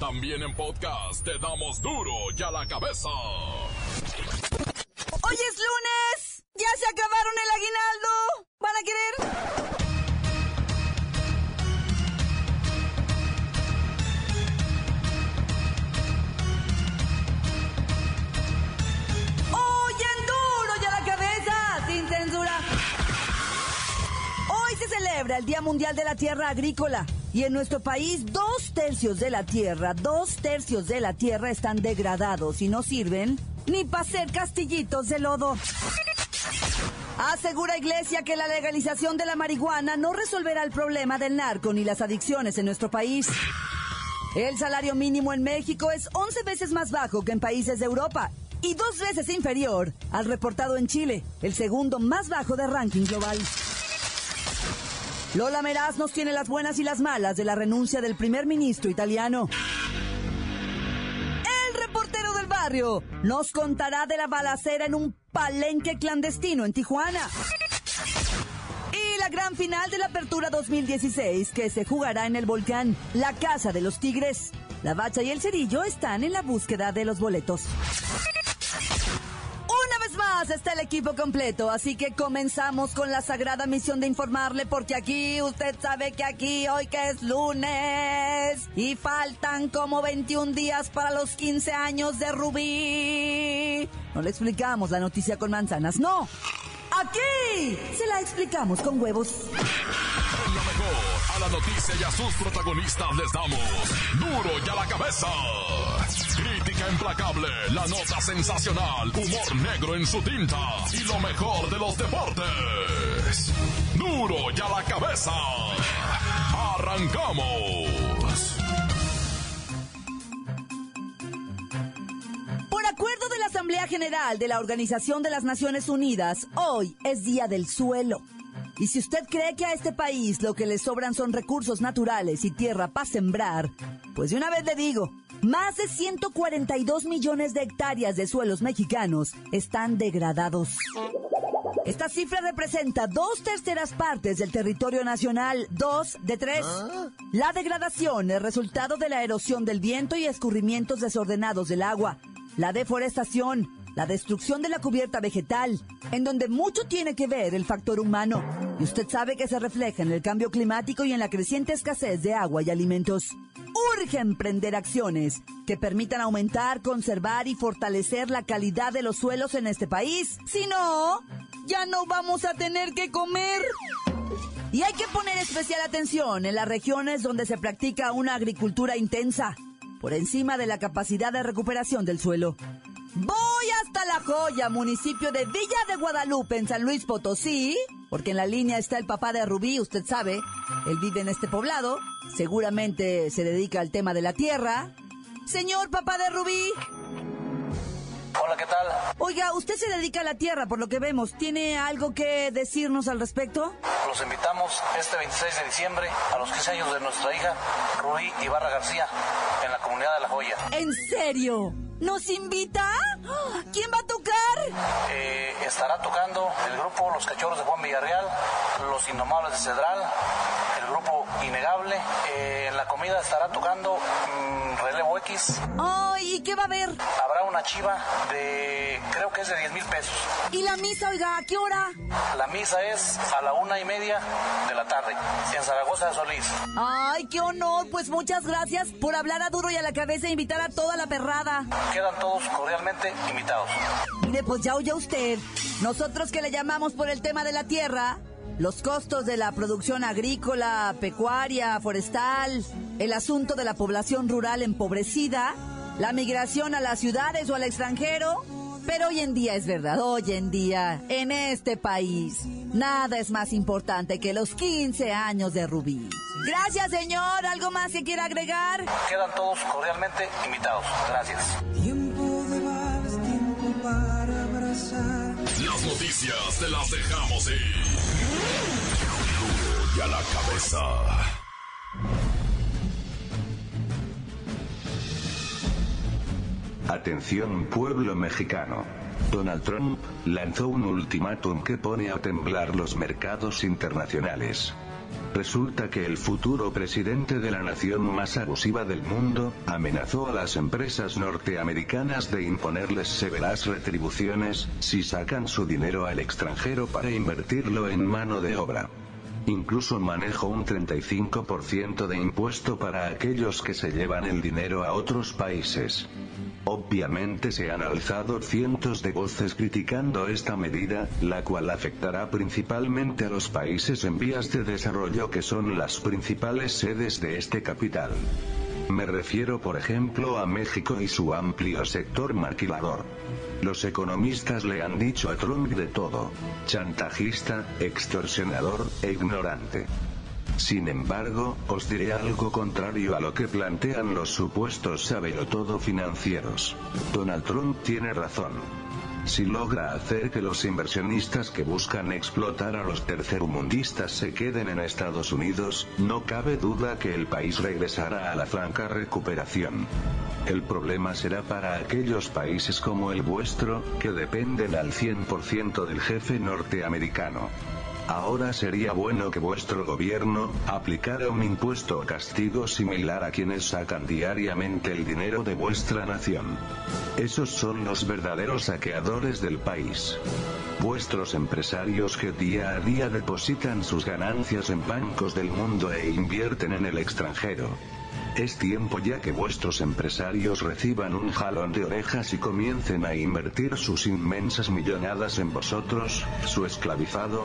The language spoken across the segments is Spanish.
También en podcast te damos duro y a la cabeza. ¡Hoy es lunes! ¡Ya se acabaron el aguinaldo! ¿Van a querer? ¡Hoy en duro y a la cabeza! ¡Sin censura! Hoy se celebra el Día Mundial de la Tierra Agrícola. Y en nuestro país, 2/3 de la tierra están degradados y no sirven ni para hacer castillitos de lodo. Asegura Iglesia que la legalización de la marihuana no resolverá el problema del narco ni las adicciones en nuestro país. El salario mínimo en México es 11 veces más bajo que en países de Europa y 2 veces inferior al reportado en Chile, el segundo más bajo de ranking global. Lola Meraz nos tiene las buenas y las malas de la renuncia del primer ministro italiano. El reportero del barrio nos contará de la balacera en un palenque clandestino en Tijuana. Y la gran final de la Apertura 2016 que se jugará en el Volcán, la Casa de los Tigres. La Bacha y el Cerillo están en la búsqueda de los boletos. Más está el equipo completo, así que comenzamos con la sagrada misión de informarle, porque aquí, usted sabe que aquí, hoy que es lunes, y faltan como 21 días para los 15 años de Rubí. No le explicamos la noticia con manzanas, no. Aquí se la explicamos con huevos. Lo mejor, a la noticia y a sus protagonistas les damos duro y a la cabeza. Crítica implacable, la nota sensacional, humor negro en su tinta y lo mejor de los deportes. Duro y a la cabeza. ¡Arrancamos! Por acuerdo de la Asamblea General de la Organización de las Naciones Unidas, hoy es Día del Suelo. Y si usted cree que a este país lo que le sobran son recursos naturales y tierra para sembrar, pues de una vez le digo, más de 142 millones de hectáreas de suelos mexicanos están degradados. Esta cifra representa 2/3 partes del territorio nacional, 2 de 3. La degradación es resultado de la erosión del viento y escurrimientos desordenados del agua, la deforestación, la destrucción de la cubierta vegetal, en donde mucho tiene que ver el factor humano. Y usted sabe que se refleja en el cambio climático y en la creciente escasez de agua y alimentos. Urge emprender acciones que permitan aumentar, conservar y fortalecer la calidad de los suelos en este país. Si no, ya no vamos a tener que comer. Y hay que poner especial atención en las regiones donde se practica una agricultura intensa, por encima de la capacidad de recuperación del suelo. Voy hasta La Joya, municipio de Villa de Guadalupe, en San Luis Potosí, porque en la línea está el papá de Rubí, usted sabe, él vive en este poblado, seguramente se dedica al tema de la tierra. Señor papá de Rubí. Hola, ¿qué tal? Oiga, usted se dedica a la tierra, por lo que vemos. ¿Tiene algo que decirnos al respecto? Los invitamos este 26 de diciembre a los 15 años de nuestra hija, Rubí Ibarra García, en la comunidad de La Joya. ¿En serio? ¿Nos invita? ¿Quién va a tocar? Estará tocando el grupo Los Cachorros de Juan Villarreal, Los Indomables de Cedral, el grupo Innegable. En la comida estará tocando Relevo X. Ay, ¿y qué va a haber? Habrá una chiva de, creo que es de 10,000 pesos. ¿Y la misa, oiga, a qué hora? La misa es a la 1:30 de la tarde, en Zaragoza de Solís. Ay, qué honor, pues muchas gracias por hablar a duro y a la cabeza e invitar a toda la perrada. Quedan todos cordialmente invitados. Mire, pues ya oye usted, nosotros que le llamamos por el tema de la tierra, los costos de la producción agrícola, pecuaria, forestal, el asunto de la población rural empobrecida, la migración a las ciudades o al extranjero. Pero hoy en día es verdad, hoy en día, en este país, nada es más importante que los 15 años de Rubí. Gracias, señor. ¿Algo más que quiera agregar? Quedan todos cordialmente invitados. Gracias. Tiempo de vals, tiempo para abrazar. Las noticias te las dejamos ir. Duro y a la cabeza. Atención pueblo mexicano. Donald Trump lanzó un ultimátum que pone a temblar los mercados internacionales. Resulta que el futuro presidente de la nación más abusiva del mundo, amenazó a las empresas norteamericanas de imponerles severas retribuciones, si sacan su dinero al extranjero para invertirlo en mano de obra. Incluso manejó un 35% de impuesto para aquellos que se llevan el dinero a otros países. Obviamente se han alzado cientos de voces criticando esta medida, la cual afectará principalmente a los países en vías de desarrollo que son las principales sedes de este capital. Me refiero por ejemplo a México y su amplio sector maquilador. Los economistas le han dicho a Trump de todo: chantajista, extorsionador e ignorante. Sin embargo, os diré algo contrario a lo que plantean los supuestos sabelotodo financieros. Donald Trump tiene razón. Si logra hacer que los inversionistas que buscan explotar a los tercermundistas se queden en Estados Unidos, no cabe duda que el país regresará a la franca recuperación. El problema será para aquellos países como el vuestro, que dependen al 100% del jefe norteamericano. Ahora sería bueno que vuestro gobierno aplicara un impuesto o castigo similar a quienes sacan diariamente el dinero de vuestra nación. Esos son los verdaderos saqueadores del país. Vuestros empresarios que día a día depositan sus ganancias en bancos del mundo e invierten en el extranjero. Es tiempo ya que vuestros empresarios reciban un jalón de orejas y comiencen a invertir sus inmensas millonadas en vosotros, su esclavizado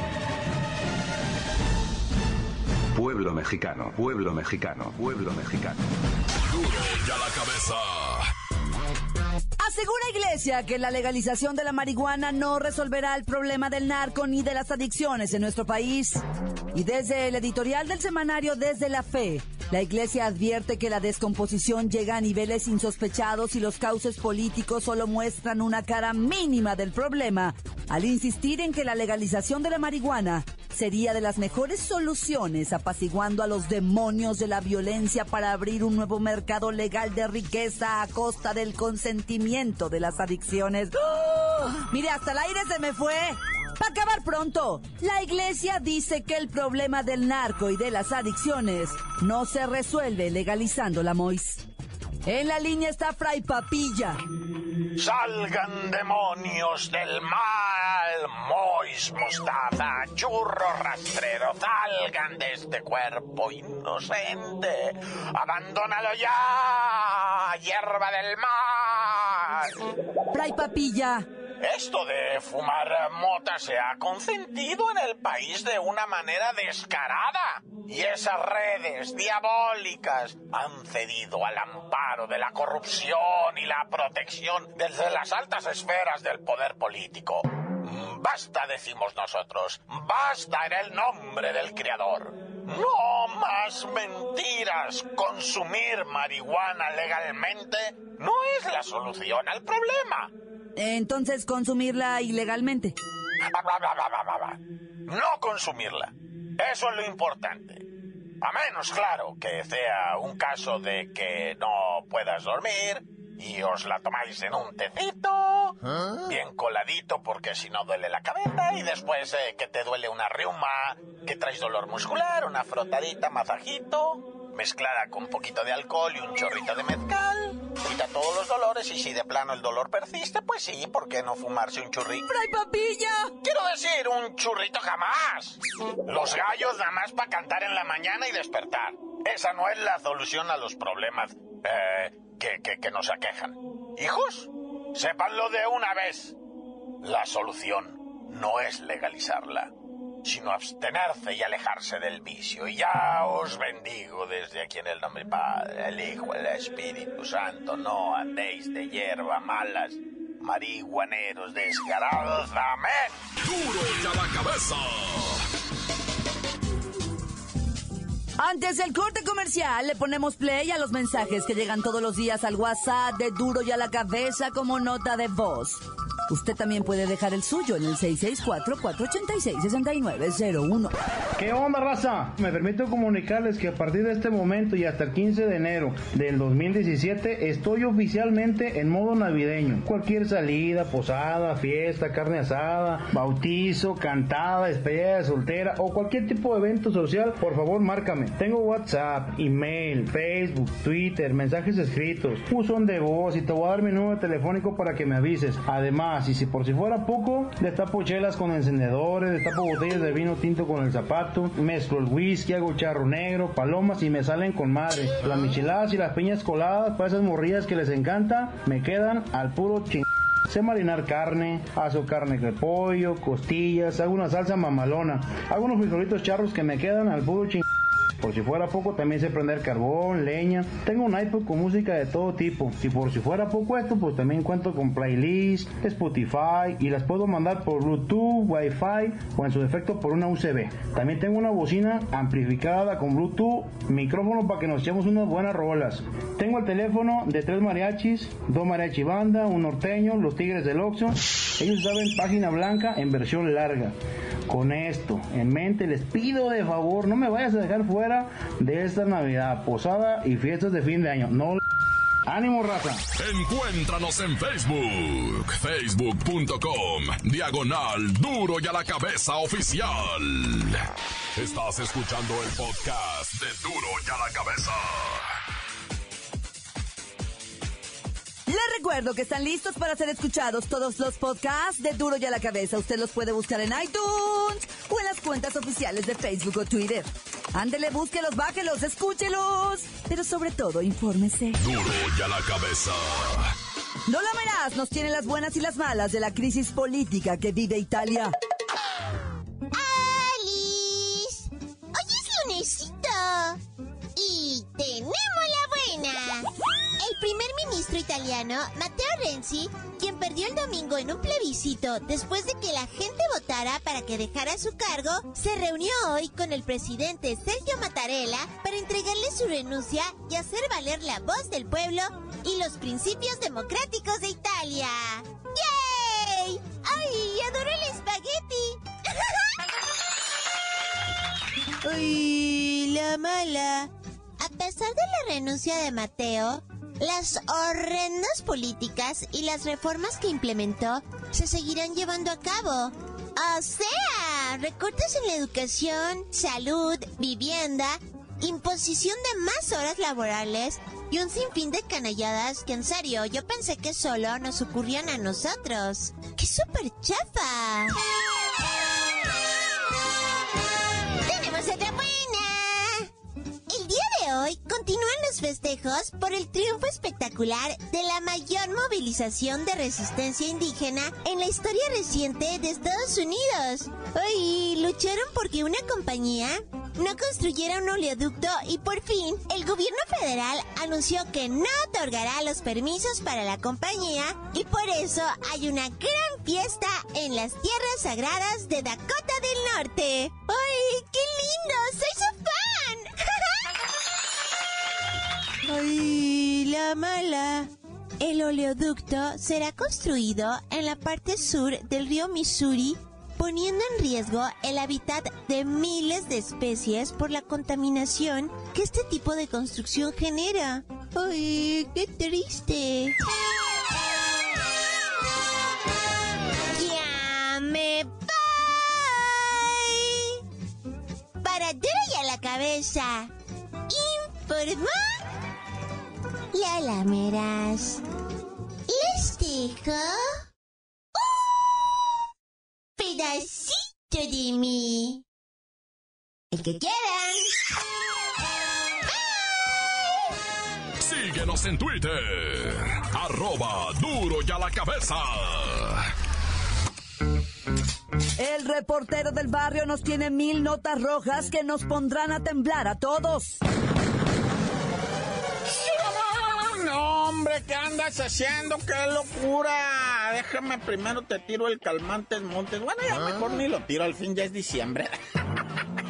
pueblo mexicano, pueblo mexicano, pueblo mexicano. Duro y a la cabeza. Asegura Iglesia que la legalización de la marihuana no resolverá el problema del narco ni de las adicciones en nuestro país. Y desde el editorial del semanario Desde la Fe, la Iglesia advierte que la descomposición llega a niveles insospechados y los cauces políticos solo muestran una cara mínima del problema, al insistir en que la legalización de la marihuana sería de las mejores soluciones, apaciguando a los demonios de la violencia para abrir un nuevo mercado legal de riqueza a costa del consentimiento de las adicciones. ¡Oh! Mire, hasta el aire se me fue. Para acabar pronto, la Iglesia dice que el problema del narco y de las adicciones no se resuelve legalizando la mois. En la línea está Fray Papilla. Salgan demonios del mal, mois, mostaza, churro rastrero, salgan de este cuerpo inocente. Abandónalo ya, hierba del mal. Fray Papilla. Esto de fumar mota se ha consentido en el país de una manera descarada. Y esas redes diabólicas han cedido al amparo de la corrupción y la protección desde las altas esferas del poder político. Basta, decimos nosotros, basta en el nombre del Creador. No más mentiras. Consumir marihuana legalmente no es la solución al problema. Entonces, consumirla ilegalmente. No consumirla. Eso es lo importante. A menos, claro, que sea un caso de que no puedas dormir y os la tomáis en un tecito, bien coladito porque si no duele la cabeza, y después que te duele una reuma, que traes dolor muscular, una frotadita, masajito, mezclada con un poquito de alcohol y un chorrito de mezcal, quita todos los dolores, y si de plano el dolor persiste, pues sí, ¿por qué no fumarse un churrito? ¡Fray Papilla! Quiero decir, un churrito jamás. Los gallos nada más para cantar en la mañana y despertar. Esa no es la solución a los problemas que nos aquejan. Hijos, sépanlo de una vez. La solución no es legalizarla, sino abstenerse y alejarse del vicio. Y ya os bendigo desde aquí en el nombre del Padre, el Hijo, el Espíritu Santo. No andéis de hierba malas, marihuaneros descarados. Amén. Duro y a la cabeza. Antes del corte comercial, le ponemos play a los mensajes que llegan todos los días al WhatsApp de Duro y a la Cabeza como nota de voz. Usted también puede dejar el suyo en el 664-486-6901. ¿Qué onda, raza? Me permito comunicarles que a partir de este momento y hasta el 15 de enero del 2017 estoy oficialmente en modo navideño. Cualquier salida, posada, fiesta, carne asada, bautizo, cantada, despedida de soltera o cualquier tipo de evento social, por favor márcame. Tengo WhatsApp, email, Facebook, Twitter, mensajes escritos, buzón de voz y te voy a dar mi número telefónico para que me avises. Además, y si por si fuera poco, destapo chelas con encendedores, destapo botellas de vino tinto con el zapato, mezclo el whisky, hago charro negro, palomas y me salen con madre. Las micheladas y las piñas coladas para esas morrillas que les encanta, me quedan al puro ching. Sé marinar carne, aso carne de pollo, costillas, hago una salsa mamalona, hago unos frijolitos charros que me quedan al puro ching. Por si fuera poco, también sé prender carbón, leña. Tengo un iPod con música de todo tipo. Y por si fuera poco esto, pues también cuento con playlist, Spotify y las puedo mandar por Bluetooth, Wi-Fi o en su defecto por una USB. También tengo una bocina amplificada con Bluetooth, micrófono para que nos echemos unas buenas rolas. Tengo el teléfono de 3 mariachis, 2 mariachi banda, un norteño, los Tigres del Oxxo. Ellos saben página blanca en versión larga. Con esto en mente les pido de favor, no me vayas a dejar fuera de esta Navidad, posada y fiestas de fin de año. No. ¡Ánimo, raza! Encuéntranos en Facebook, facebook.com/Duro y a la Cabeza Oficial. Estás escuchando el podcast de Duro y a la Cabeza. Les recuerdo que están listos para ser escuchados todos los podcasts de Duro y a la Cabeza. Usted los puede buscar en iTunes o en las cuentas oficiales de Facebook o Twitter. Ándele, búsquelos, bájelos, escúchelos. Pero sobre todo, infórmese. Duro y a la Cabeza. Lola Meraz nos tiene las buenas y las malas de la crisis política que vive Italia. ¡Alice! ¡Hoy es lunesito! Y tenemos la buena. El primer ministro italiano, Matteo Renzi, quien perdió el domingo en un plebiscito después de que la gente votara para que dejara su cargo, se reunió hoy con el presidente Sergio Mattarella para entregarle su renuncia y hacer valer la voz del pueblo y los principios democráticos de Italia. ¡Yay! ¡Ay, adoro el espagueti! ¡Ay, la mala! A pesar de la renuncia de Matteo, las horrendas políticas y las reformas que implementó se seguirán llevando a cabo. O sea, recortes en la educación, salud, vivienda, imposición de más horas laborales y un sinfín de canalladas que en serio yo pensé que solo nos ocurrían a nosotros. ¡Qué súper chafa! ¡Tenemos otra buena! El día de hoy continúan los festejos por el triunfo espectacular de la mayor movilización de resistencia indígena en la historia reciente de Estados Unidos. Hoy lucharon porque una compañía no construyera un oleoducto y por fin el gobierno federal anunció que no otorgará los permisos para la compañía y por eso hay una gran fiesta en las tierras sagradas de Dakota del Norte. ¡Ay, qué lindo! ¡Soy su fan! ¡Ay, la mala! El oleoducto será construido en la parte sur del río Missouri, poniendo en riesgo el hábitat de miles de especies por la contaminación que este tipo de construcción genera. ¡Ay, qué triste! ¡Ya me voy! Para Duro y a la Cabeza, informó Lola Meraz. Les dejo pedacito de mí. El que quieran. ¡Bye! Síguenos en Twitter. @Duro y a la Cabeza. El reportero del barrio nos tiene 1000 notas rojas que nos pondrán a temblar a todos. No, hombre, ¿qué andas haciendo? ¡Qué locura! Déjame primero te tiro el calmante Montes. Bueno, ya mejor ni lo tiro, al fin ya es diciembre.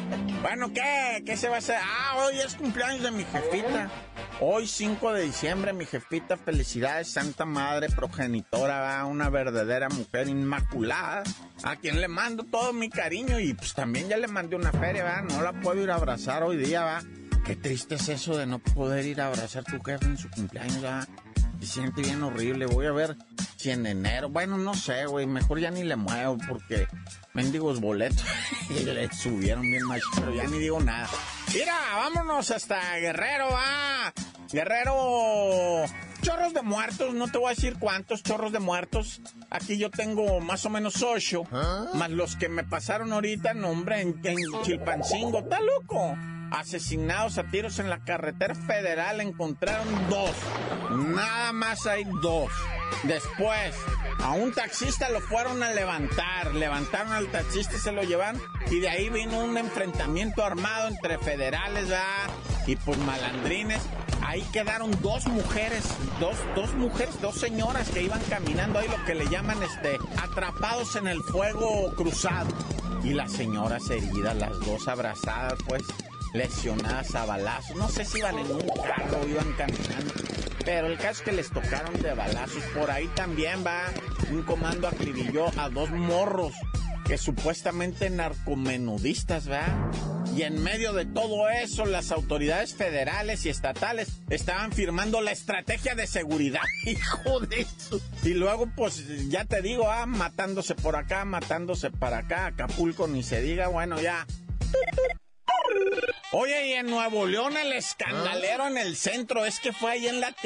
Bueno, ¿qué se va a hacer? Hoy es cumpleaños de mi jefita. Hoy, 5 de diciembre, mi jefita, felicidades, Santa Madre Progenitora, va, una verdadera mujer inmaculada, a quien le mando todo mi cariño y pues también ya le mandé una feria, va, no la puedo ir a abrazar hoy día, va. Qué triste es eso de no poder ir a abrazar a tu jefe en su cumpleaños, va. Se siente bien horrible, voy a ver si en enero, bueno, no sé, güey, mejor ya ni le muevo porque mendigos boletos y le subieron bien más, pero ya ni digo nada. Mira, vámonos hasta Guerrero, Guerrero, chorros de muertos, no te voy a decir cuántos chorros de muertos. Aquí yo tengo más o menos 8, más los que me pasaron ahorita, no, hombre, en Chilpancingo, está loco. Asesinados a tiros en la carretera federal, encontraron 2. Nada más hay 2. Después, a un taxista lo fueron a levantar. Levantaron al taxista y se lo llevaron. Y de ahí vino un enfrentamiento armado entre federales, ¿verdad? Y pues malandrines. Ahí quedaron 2 mujeres, dos señoras que iban caminando ahí, lo que le llaman atrapados en el fuego cruzado. Y las señoras heridas, las 2 abrazadas, pues, lesionadas a balazos. No sé si iban en un carro o iban caminando, pero el caso es que les tocaron de balazos. Por ahí también va, un comando acribilló a 2 morros que supuestamente narcomenudistas, ¿verdad? Y en medio de todo eso, las autoridades federales y estatales estaban firmando la estrategia de seguridad. ¡Hijo de eso! Y luego, pues, ya te digo, matándose por acá, matándose para acá, Acapulco ni se diga, bueno, ya. Oye, y en Nuevo León el escandalero en el centro, es que fue ahí en la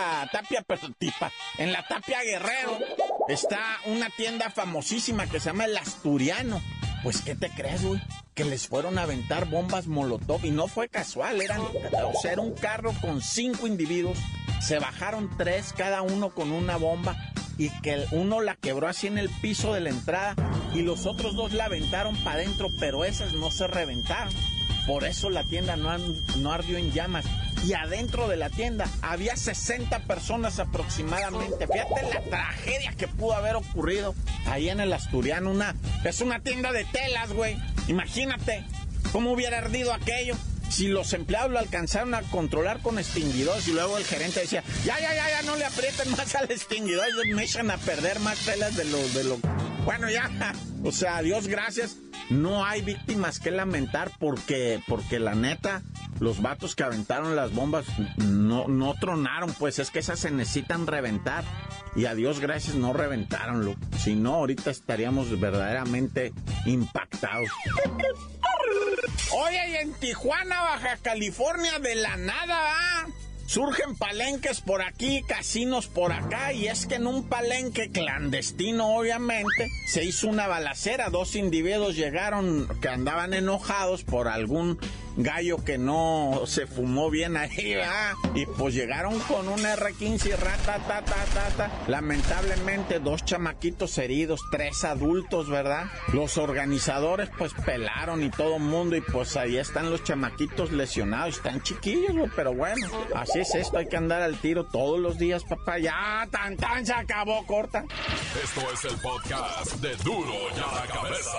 en la Tapia Guerrero, está una tienda famosísima que se llama El Asturiano. Pues, ¿qué te crees, güey? Que les fueron a aventar bombas molotov, y no fue casual, era un carro con 5 individuos, se bajaron 3, cada uno con una bomba, y que uno la quebró así en el piso de la entrada, y los otros 2 la aventaron para adentro, pero esas no se reventaron. Por eso la tienda no ardió en llamas. Y adentro de la tienda había 60 personas aproximadamente. Fíjate la tragedia que pudo haber ocurrido ahí en El Asturiano. Es una tienda de telas, güey. Imagínate cómo hubiera ardido aquello. Si los empleados lo alcanzaron a controlar con extinguidores y luego el gerente decía, ya, no le aprieten más al extinguidor, me echan a perder más telas de lo... Bueno, ya, o sea, Dios gracias, no hay víctimas que lamentar porque la neta, los vatos que aventaron las bombas no tronaron, pues es que esas se necesitan reventar. Y a Dios gracias no reventaron, loco. Si no, ahorita estaríamos verdaderamente impactados. Oye, y en Tijuana, Baja California, de la nada, surgen palenques por aquí, casinos por acá, y es que en un palenque clandestino, obviamente, se hizo una balacera. 2 individuos llegaron que andaban enojados por algún gallo que no se fumó bien ahí, ¿verdad? Y pues llegaron con un R15 y lamentablemente 2 chamaquitos heridos, 3 adultos, ¿verdad? Los organizadores pues pelaron y todo mundo, y pues ahí están los chamaquitos lesionados, están chiquillos, güey, pero bueno, así es esto, hay que andar al tiro todos los días, papá. Ya, tan, se acabó, corta. Esto es el podcast de Duro y a la Cabeza.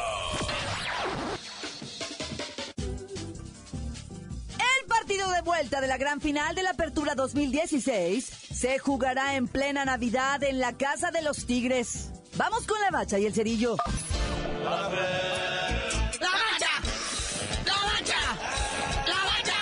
Partido de vuelta de la gran final de la Apertura 2016 se jugará en plena Navidad en la Casa de los Tigres. Vamos con la Bacha y el Cerillo. ¡La Bacha! ¡La Bacha! ¡La Bacha! ¡La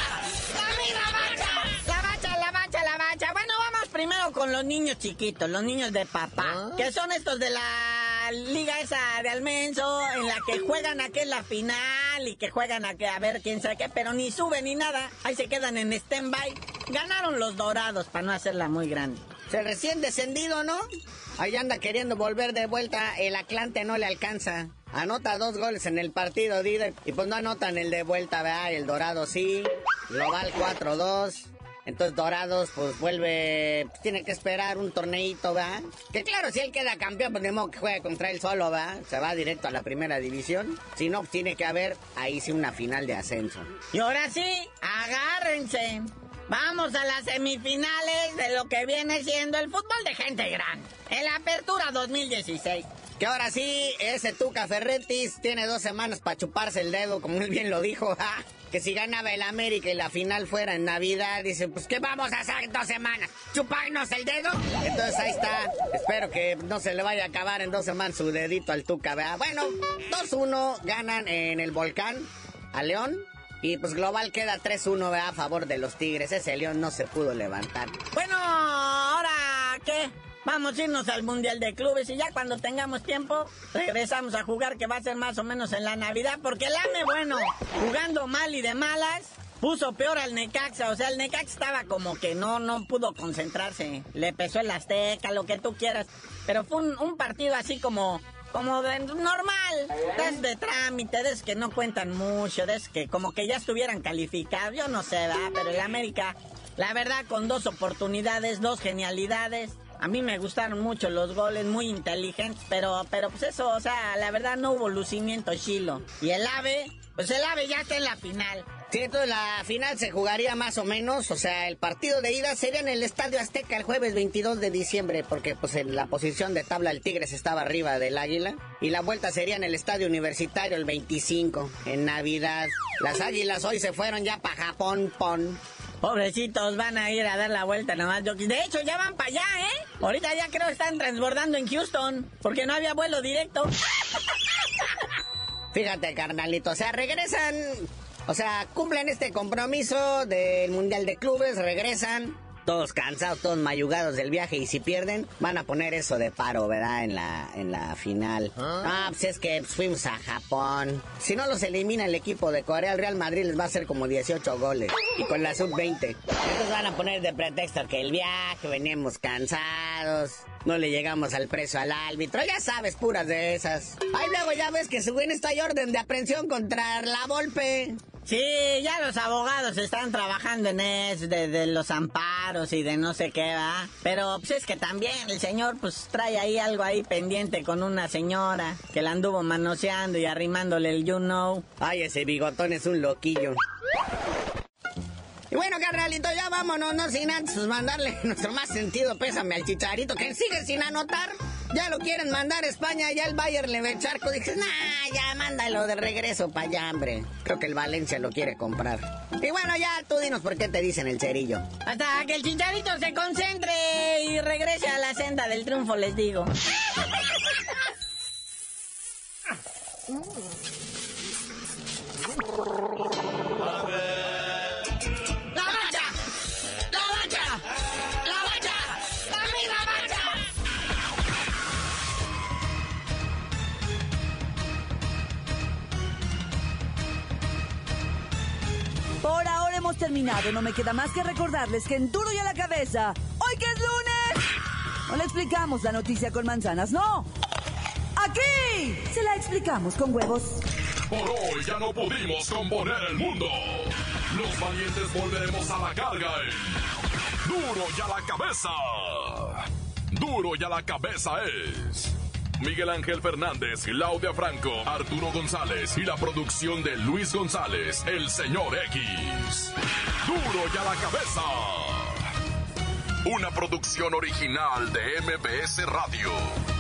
Bacha! Bueno, vamos primero con los niños chiquitos, los niños de papá, que son estos de la liga esa de Almenso, en la que juegan a que es la final y que juegan a que a ver quién sabe qué, pero ni suben ni nada, ahí se quedan en stand-by. Ganaron los Dorados, para no hacerla muy grande. Se recién descendido, ¿no? Ahí anda queriendo volver de vuelta, el Atlante no le alcanza. Anota 2 goles en el partido de ida y pues no anotan el de vuelta, ¿verdad? El Dorado sí, global 4-2. Entonces Dorados, pues vuelve, pues, tiene que esperar un torneito, ¿verdad? Que claro, si él queda campeón, pues de modo que juegue contra él solo, ¿verdad? Se va directo a la primera división. Si no, pues, tiene que haber ahí sí una final de ascenso. Y ahora sí, agárrense. Vamos a las semifinales de lo que viene siendo el fútbol de gente grande. En la Apertura 2016. que ahora sí, ese Tuca Ferrettis tiene 2 semanas para chuparse el dedo, como él bien lo dijo, que si ganaba el América y la final fuera en Navidad, dice, pues ¿qué vamos a hacer en 2 semanas? ¿Chuparnos el dedo? Entonces ahí está, espero que no se le vaya a acabar en 2 semanas su dedito al Tuca, ¿verdad? Bueno, 2-1 ganan en el Volcán a León. Y pues global queda 3-1, ¿verdad? A favor de los Tigres. Ese León no se pudo levantar. Bueno, ¿ahora qué? Vamos a irnos al Mundial de Clubes y ya cuando tengamos tiempo regresamos a jugar, que va a ser más o menos en la Navidad, porque el AME, bueno, jugando mal y de malas, puso peor al Necaxa. O sea, el Necaxa estaba como que no pudo concentrarse. Le pesó el Azteca, lo que tú quieras. Pero fue un partido así como de normal, de trámite, de que no cuentan mucho, de que como que ya estuvieran calificados, yo no sé, ¿verdad? Pero el América, la verdad, con 2 oportunidades, 2 genialidades, a mí me gustaron mucho los goles, muy inteligentes, pero pues eso, o sea, la verdad no hubo lucimiento chilo. Y el AVE, pues el AVE ya está en la final. Sí, entonces la final se jugaría más o menos, o sea, el partido de ida sería en el Estadio Azteca el jueves 22 de diciembre, porque pues en la posición de tabla el Tigres estaba arriba del Águila, y la vuelta sería en el Estadio Universitario el 25, en Navidad. Las Águilas hoy se fueron ya para Japón, Pobrecitos, van a ir a dar la vuelta nomás. De hecho, ya van para allá, ¿eh? Ahorita ya creo que están transbordando en Houston, porque no había vuelo directo. Fíjate, carnalito, o sea, regresan... O sea, cumplen este compromiso del Mundial de Clubes, regresan, todos cansados, todos mayugados del viaje, y si pierden, van a poner eso de paro, ¿verdad? En la final. Pues es que fuimos a Japón. Si no los elimina el equipo de Corea, el Real Madrid les va a hacer como 18 goles. Y con la sub-20. Entonces van a poner de pretexto que el viaje, veníamos cansados, no le llegamos al precio al árbitro, ya sabes, puras de esas. Ahí luego ya ves que su bien está hay orden de aprehensión contra la Volpe. Sí, ya los abogados están trabajando en eso, de los amparos y de no sé qué, va. Pero pues es que también el señor pues trae ahí algo ahí pendiente con una señora que la anduvo manoseando y arrimándole el you know. Ay, ese bigotón es un loquillo. Y bueno, carnalito, ya vámonos, no sin antes mandarle nuestro más sentido pésame al Chicharito, que sigue sin anotar. Ya lo quieren mandar a España, ya el Bayern le ve el charco. Dices, ya mándalo de regreso para allá, hombre. Creo que el Valencia lo quiere comprar. Y bueno, ya tú dinos por qué te dicen el cerillo. Hasta que el Chicharito se concentre y regrese a la senda del triunfo, les digo. Por ahora hemos terminado. No me queda más que recordarles que en Duro y a la Cabeza, hoy que es lunes, no le explicamos la noticia con manzanas, no. Aquí se la explicamos con huevos. Por hoy ya no pudimos componer el mundo. Los valientes volveremos a la carga en Duro y a la Cabeza. Duro y a la Cabeza es Miguel Ángel Fernández, Claudia Franco, Arturo González y la producción de Luis González, el señor X. Duro y a la Cabeza. Una producción original de MBS Radio.